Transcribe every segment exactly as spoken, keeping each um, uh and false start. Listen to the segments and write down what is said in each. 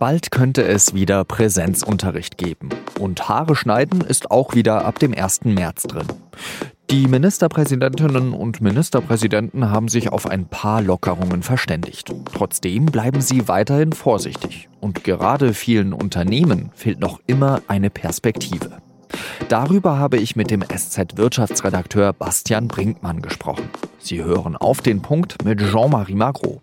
Bald könnte es wieder Präsenzunterricht geben. Und Haare schneiden ist auch wieder ab dem ersten März drin. Die Ministerpräsidentinnen und Ministerpräsidenten haben sich auf ein paar Lockerungen verständigt. Trotzdem bleiben sie weiterhin vorsichtig. Und gerade vielen Unternehmen fehlt noch immer eine Perspektive. Darüber habe ich mit dem S Z-Wirtschaftsredakteur Bastian Brinkmann gesprochen. Sie hören auf den Punkt mit Jean-Marie Magro.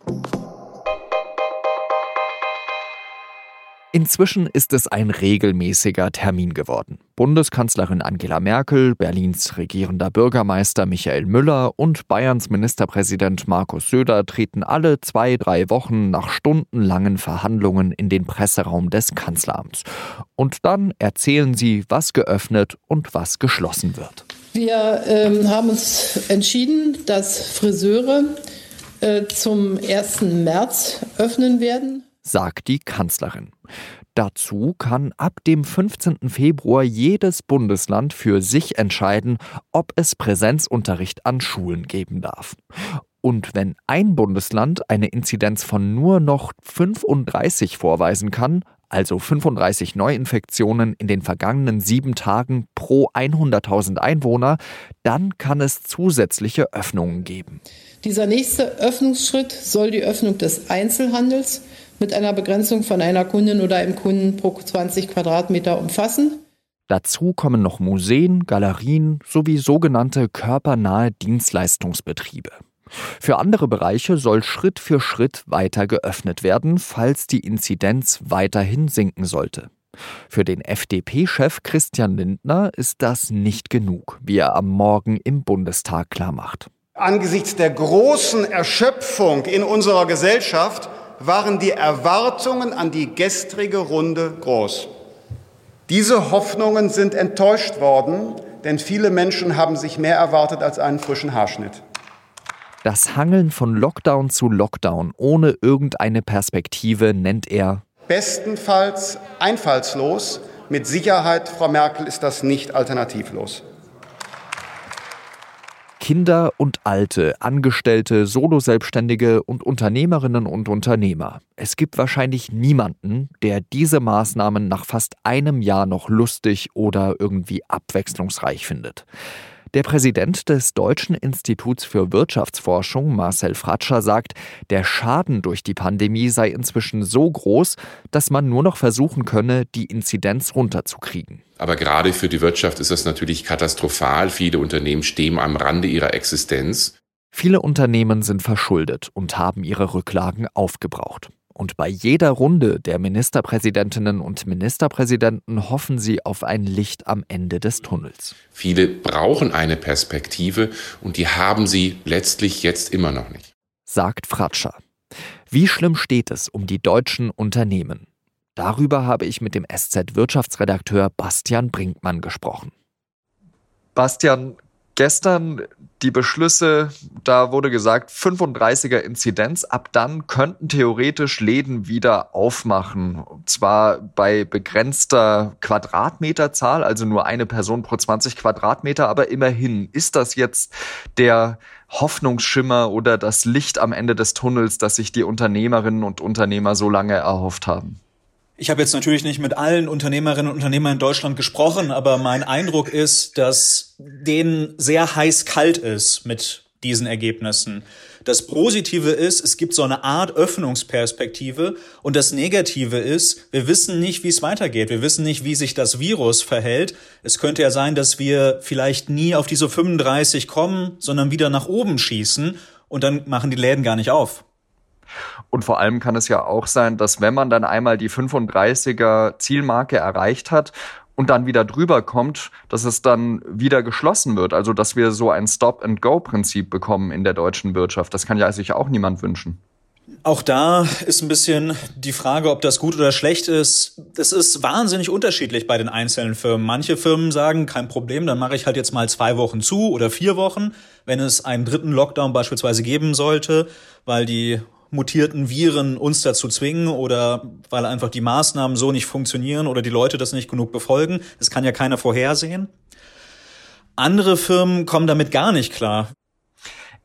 Inzwischen ist es ein regelmäßiger Termin geworden. Bundeskanzlerin Angela Merkel, Berlins regierender Bürgermeister Michael Müller und Bayerns Ministerpräsident Markus Söder treten alle zwei, drei Wochen nach stundenlangen Verhandlungen in den Presseraum des Kanzleramts. Und dann erzählen sie, was geöffnet und was geschlossen wird. Wir ähm, haben uns entschieden, dass Friseure äh, zum ersten März öffnen werden, sagt die Kanzlerin. Dazu kann ab dem fünfzehnten Februar jedes Bundesland für sich entscheiden, ob es Präsenzunterricht an Schulen geben darf. Und wenn ein Bundesland eine Inzidenz von nur noch fünfunddreißig vorweisen kann, also fünfunddreißig Neuinfektionen in den vergangenen sieben Tagen pro hunderttausend Einwohner, dann kann es zusätzliche Öffnungen geben. Dieser nächste Öffnungsschritt soll die Öffnung des Einzelhandels mit einer Begrenzung von einer Kundin oder einem Kunden pro zwanzig Quadratmeter umfassen. Dazu kommen noch Museen, Galerien sowie sogenannte körpernahe Dienstleistungsbetriebe. Für andere Bereiche soll Schritt für Schritt weiter geöffnet werden, falls die Inzidenz weiterhin sinken sollte. Für den F D P-Chef Christian Lindner ist das nicht genug, wie er am Morgen im Bundestag klarmacht. Angesichts der großen Erschöpfung in unserer Gesellschaft waren die Erwartungen an die gestrige Runde groß. Diese Hoffnungen sind enttäuscht worden, denn viele Menschen haben sich mehr erwartet als einen frischen Haarschnitt. Das Hangeln von Lockdown zu Lockdown ohne irgendeine Perspektive nennt er bestenfalls einfallslos. Mit Sicherheit, Frau Merkel, ist das nicht alternativlos. Kinder und Alte, Angestellte, Soloselbstständige und Unternehmerinnen und Unternehmer. Es gibt wahrscheinlich niemanden, der diese Maßnahmen nach fast einem Jahr noch lustig oder irgendwie abwechslungsreich findet. Der Präsident des Deutschen Instituts für Wirtschaftsforschung, Marcel Fratscher, sagt, der Schaden durch die Pandemie sei inzwischen so groß, dass man nur noch versuchen könne, die Inzidenz runterzukriegen. Aber gerade für die Wirtschaft ist das natürlich katastrophal. Viele Unternehmen stehen am Rande ihrer Existenz. Viele Unternehmen sind verschuldet und haben ihre Rücklagen aufgebraucht. Und bei jeder Runde der Ministerpräsidentinnen und Ministerpräsidenten hoffen sie auf ein Licht am Ende des Tunnels. Viele brauchen eine Perspektive und die haben sie letztlich jetzt immer noch nicht, sagt Fratscher. Wie schlimm steht es um die deutschen Unternehmen? Darüber habe ich mit dem S Z-Wirtschaftsredakteur Bastian Brinkmann gesprochen. Bastian, gestern die Beschlüsse, da wurde gesagt, fünfunddreißiger Inzidenz, ab dann könnten theoretisch Läden wieder aufmachen. Und zwar bei begrenzter Quadratmeterzahl, also nur eine Person pro zwanzig Quadratmeter, aber immerhin. Ist das jetzt der Hoffnungsschimmer oder das Licht am Ende des Tunnels, das sich die Unternehmerinnen und Unternehmer so lange erhofft haben? Ich habe jetzt natürlich nicht mit allen Unternehmerinnen und Unternehmern in Deutschland gesprochen, aber mein Eindruck ist, dass denen sehr heiß-kalt ist mit diesen Ergebnissen. Das Positive ist, es gibt so eine Art Öffnungsperspektive und das Negative ist, wir wissen nicht, wie es weitergeht. Wir wissen nicht, wie sich das Virus verhält. Es könnte ja sein, dass wir vielleicht nie auf diese fünfunddreißig kommen, sondern wieder nach oben schießen und dann machen die Läden gar nicht auf. Und vor allem kann es ja auch sein, dass wenn man dann einmal die fünfunddreißiger Zielmarke erreicht hat und dann wieder drüber kommt, dass es dann wieder geschlossen wird. Also dass wir so ein Stop-and-Go-Prinzip bekommen in der deutschen Wirtschaft. Das kann ja sich auch niemand wünschen. Auch da ist ein bisschen die Frage, ob das gut oder schlecht ist. Das ist wahnsinnig unterschiedlich bei den einzelnen Firmen. Manche Firmen sagen, kein Problem, dann mache ich halt jetzt mal zwei Wochen zu oder vier Wochen, wenn es einen dritten Lockdown beispielsweise geben sollte, weil die mutierten Viren uns dazu zwingen oder weil einfach die Maßnahmen so nicht funktionieren oder die Leute das nicht genug befolgen. Das kann ja keiner vorhersehen. Andere Firmen kommen damit gar nicht klar.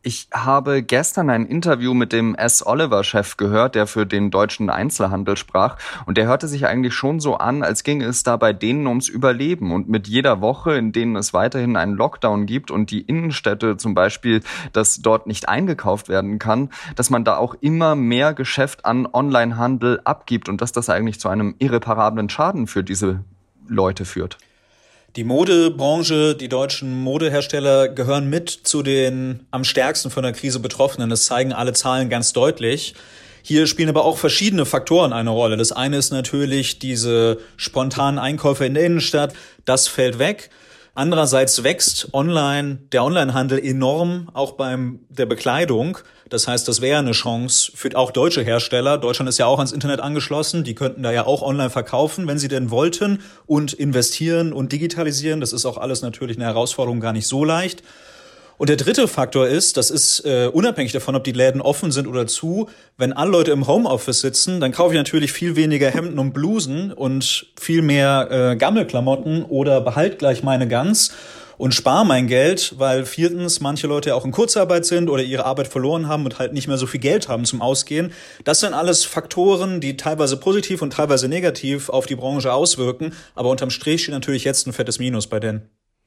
Ich habe gestern ein Interview mit dem S. Oliver-Chef gehört, der für den deutschen Einzelhandel sprach. Und der hörte sich eigentlich schon so an, als ginge es da bei denen ums Überleben. Und mit jeder Woche, in denen es weiterhin einen Lockdown gibt und die Innenstädte zum Beispiel, dass dort nicht eingekauft werden kann, dass man da auch immer mehr Geschäft an Onlinehandel abgibt und dass das eigentlich zu einem irreparablen Schaden für diese Leute führt. Die Modebranche, die deutschen Modehersteller gehören mit zu den am stärksten von der Krise Betroffenen. Das zeigen alle Zahlen ganz deutlich. Hier spielen aber auch verschiedene Faktoren eine Rolle. Das eine ist natürlich diese spontanen Einkäufe in der Innenstadt. Das fällt weg. Andererseits wächst online, der Onlinehandel enorm, auch beim der Bekleidung. Das heißt, das wäre eine Chance für auch deutsche Hersteller. Deutschland ist ja auch ans Internet angeschlossen. Die könnten da ja auch online verkaufen, wenn sie denn wollten, und investieren und digitalisieren. Das ist auch alles natürlich eine Herausforderung, gar nicht so leicht. Und der dritte Faktor ist, das ist äh, unabhängig davon, ob die Läden offen sind oder zu, wenn alle Leute im Homeoffice sitzen, dann kaufe ich natürlich viel weniger Hemden und Blusen und viel mehr äh, Gammelklamotten oder behalt gleich meine Gans und spare mein Geld, weil viertens manche Leute ja auch in Kurzarbeit sind oder ihre Arbeit verloren haben und halt nicht mehr so viel Geld haben zum Ausgehen. Das sind alles Faktoren, die teilweise positiv und teilweise negativ auf die Branche auswirken, aber unterm Strich steht natürlich jetzt ein fettes Minus bei denen.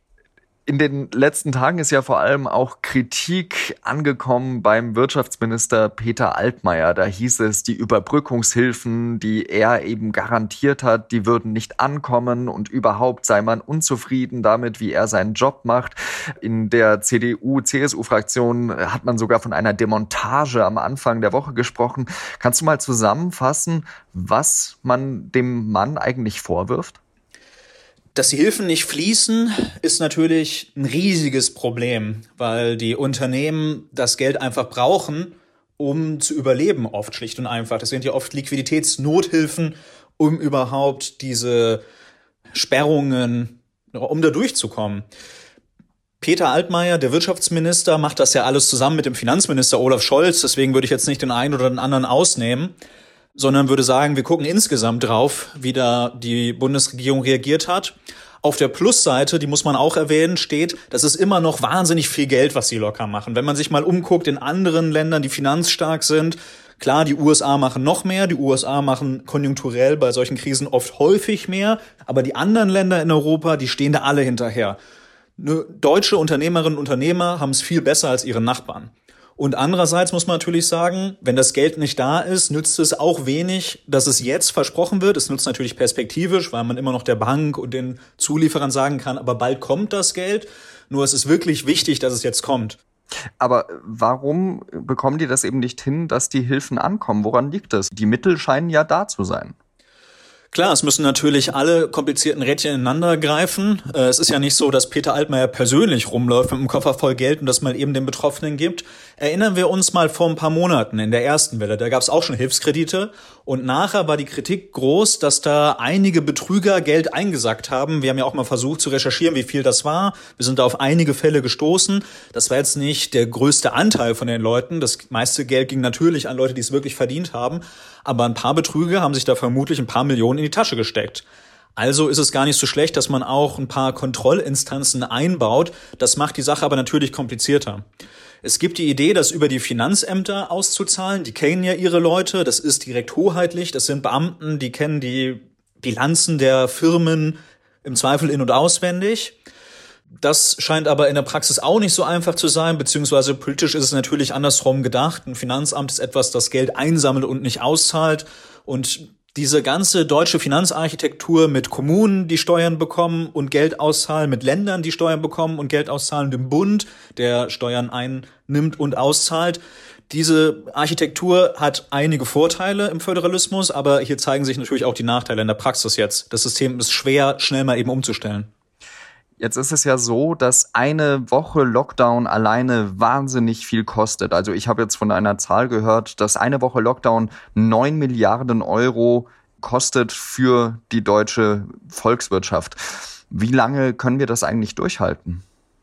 In den letzten Tagen ist ja vor allem auch Kritik angekommen beim Wirtschaftsminister Peter Altmaier. Da hieß es, die Überbrückungshilfen, die er eben garantiert hat, die würden nicht ankommen und überhaupt sei man unzufrieden damit, wie er seinen Job macht. In der C D U-C S U-Fraktion hat man sogar von einer Demontage am Anfang der Woche gesprochen. Kannst du mal zusammenfassen, was man dem Mann eigentlich vorwirft? Dass die Hilfen nicht fließen, ist natürlich ein riesiges Problem, weil die Unternehmen das Geld einfach brauchen, um zu überleben, oft schlicht und einfach. Das sind ja oft Liquiditätsnothilfen, um überhaupt diese Sperrungen, um da durchzukommen. Peter Altmaier, der Wirtschaftsminister, macht das ja alles zusammen mit dem Finanzminister Olaf Scholz. Deswegen würde ich jetzt nicht den einen oder den anderen ausnehmen, sondern würde sagen, wir gucken insgesamt drauf, wie da die Bundesregierung reagiert hat. Auf der Plusseite, die muss man auch erwähnen, steht, das ist immer noch wahnsinnig viel Geld, was sie locker machen. Wenn man sich mal umguckt in anderen Ländern, die finanzstark sind, klar, die U S A machen noch mehr, die U S A machen konjunkturell bei solchen Krisen oft häufig mehr, aber die anderen Länder in Europa, die stehen da alle hinterher. Deutsche Unternehmerinnen und Unternehmer haben es viel besser als ihre Nachbarn. Und andererseits muss man natürlich sagen, wenn das Geld nicht da ist, nützt es auch wenig, dass es jetzt versprochen wird. Es nützt natürlich perspektivisch, weil man immer noch der Bank und den Zulieferern sagen kann, aber bald kommt das Geld. Nur es ist wirklich wichtig, dass es jetzt kommt. Aber warum bekommen die das eben nicht hin, dass die Hilfen ankommen? Woran liegt das? Die Mittel scheinen ja da zu sein. Klar, es müssen natürlich alle komplizierten Rädchen ineinander greifen. Es ist ja nicht so, dass Peter Altmaier persönlich rumläuft mit einem Koffer voll Geld und das mal eben den Betroffenen gibt. Erinnern wir uns mal vor ein paar Monaten in der ersten Welle. Da gab es auch schon Hilfskredite und nachher war die Kritik groß, dass da einige Betrüger Geld eingesackt haben. Wir haben ja auch mal versucht zu recherchieren, wie viel das war. Wir sind da auf einige Fälle gestoßen. Das war jetzt nicht der größte Anteil von den Leuten. Das meiste Geld ging natürlich an Leute, die es wirklich verdient haben. Aber ein paar Betrüger haben sich da vermutlich ein paar Millionen in die Tasche gesteckt. Also ist es gar nicht so schlecht, dass man auch ein paar Kontrollinstanzen einbaut. Das macht die Sache aber natürlich komplizierter. Es gibt die Idee, das über die Finanzämter auszuzahlen. Die kennen ja ihre Leute. Das ist direkt hoheitlich. Das sind Beamten, die kennen die Bilanzen der Firmen im Zweifel in- und auswendig. Das scheint aber in der Praxis auch nicht so einfach zu sein, beziehungsweise politisch ist es natürlich andersrum gedacht. Ein Finanzamt ist etwas, das Geld einsammelt und nicht auszahlt. Und diese ganze deutsche Finanzarchitektur mit Kommunen, die Steuern bekommen und Geld auszahlen, mit Ländern, die Steuern bekommen und Geld auszahlen, dem Bund, der Steuern einnimmt und auszahlt. Diese Architektur hat einige Vorteile im Föderalismus, aber hier zeigen sich natürlich auch die Nachteile in der Praxis jetzt. Das System ist schwer, schnell mal eben umzustellen. Jetzt ist es ja so, dass eine Woche Lockdown alleine wahnsinnig viel kostet. Also ich habe jetzt von einer Zahl gehört, dass eine Woche Lockdown neun Milliarden Euro kostet für die deutsche Volkswirtschaft. Wie lange können wir das eigentlich durchhalten?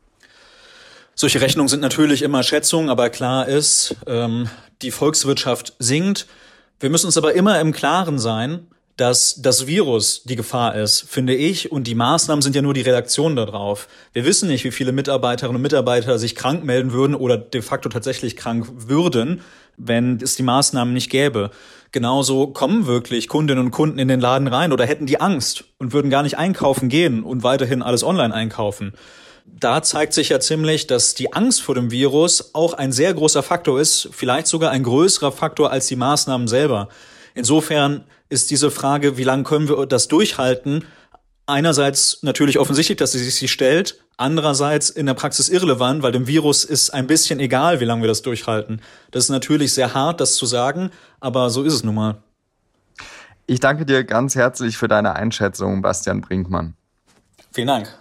Solche Rechnungen sind natürlich immer Schätzungen, aber klar ist, ähm, die Volkswirtschaft sinkt. Wir müssen uns aber immer im Klaren sein, dass das Virus die Gefahr ist, finde ich, und die Maßnahmen sind ja nur die Reaktion darauf. Wir wissen nicht, wie viele Mitarbeiterinnen und Mitarbeiter sich krank melden würden oder de facto tatsächlich krank würden, wenn es die Maßnahmen nicht gäbe. Genauso kommen wirklich Kundinnen und Kunden in den Laden rein oder hätten die Angst und würden gar nicht einkaufen gehen und weiterhin alles online einkaufen. Da zeigt sich ja ziemlich, dass die Angst vor dem Virus auch ein sehr großer Faktor ist, vielleicht sogar ein größerer Faktor als die Maßnahmen selber. Insofern ist diese Frage, wie lange können wir das durchhalten, einerseits natürlich offensichtlich, dass sie sich sie stellt, andererseits in der Praxis irrelevant, weil dem Virus ist ein bisschen egal, wie lange wir das durchhalten. Das ist natürlich sehr hart, das zu sagen, aber so ist es nun mal. Ich danke dir ganz herzlich für deine Einschätzung, Bastian Brinkmann. Vielen Dank.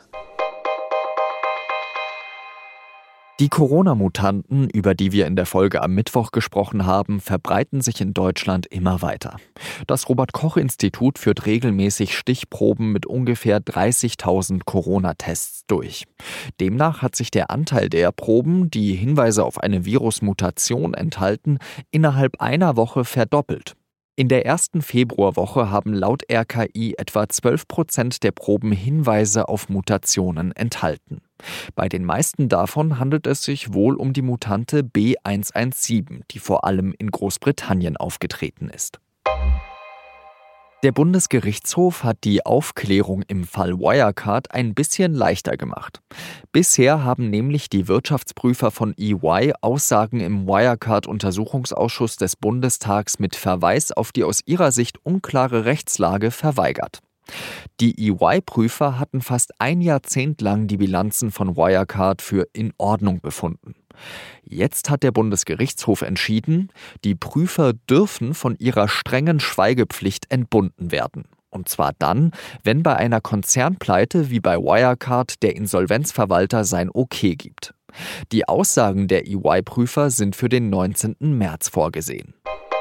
Die Corona-Mutanten, über die wir in der Folge am Mittwoch gesprochen haben, verbreiten sich in Deutschland immer weiter. Das Robert-Koch-Institut führt regelmäßig Stichproben mit ungefähr dreißigtausend Corona-Tests durch. Demnach hat sich der Anteil der Proben, die Hinweise auf eine Virusmutation enthalten, innerhalb einer Woche verdoppelt. In der ersten Februarwoche haben laut R K I etwa zwölf Prozent der Proben Hinweise auf Mutationen enthalten. Bei den meisten davon handelt es sich wohl um die Mutante B eins eins sieben, die vor allem in Großbritannien aufgetreten ist. Der Bundesgerichtshof hat die Aufklärung im Fall Wirecard ein bisschen leichter gemacht. Bisher haben nämlich die Wirtschaftsprüfer von E Y Aussagen im Wirecard-Untersuchungsausschuss des Bundestags mit Verweis auf die aus ihrer Sicht unklare Rechtslage verweigert. Die E Y-Prüfer hatten fast ein Jahrzehnt lang die Bilanzen von Wirecard für in Ordnung befunden. Jetzt hat der Bundesgerichtshof entschieden, die Prüfer dürfen von ihrer strengen Schweigepflicht entbunden werden. Und zwar dann, wenn bei einer Konzernpleite wie bei Wirecard der Insolvenzverwalter sein Okay gibt. Die Aussagen der E Y-Prüfer sind für den neunzehnten März vorgesehen.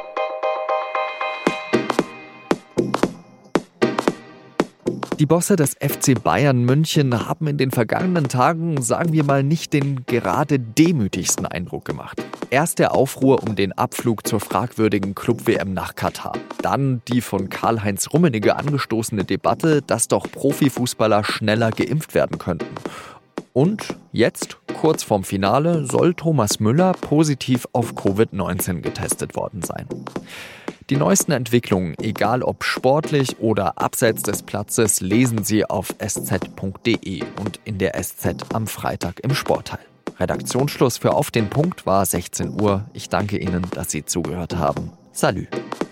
Die Bosse des F C Bayern München haben in den vergangenen Tagen, sagen wir mal, nicht den gerade demütigsten Eindruck gemacht. Erst der Aufruhr um den Abflug zur fragwürdigen Club-W M nach Katar. Dann die von Karl-Heinz Rummenigge angestoßene Debatte, dass doch Profifußballer schneller geimpft werden könnten. Und jetzt, kurz vorm Finale, soll Thomas Müller positiv auf Covid neunzehn getestet worden sein. Die neuesten Entwicklungen, egal ob sportlich oder abseits des Platzes, lesen Sie auf s z punkt d e und in der S Z am Freitag im Sportteil. Redaktionsschluss für Auf den Punkt war sechzehn Uhr. Ich danke Ihnen, dass Sie zugehört haben. Salü.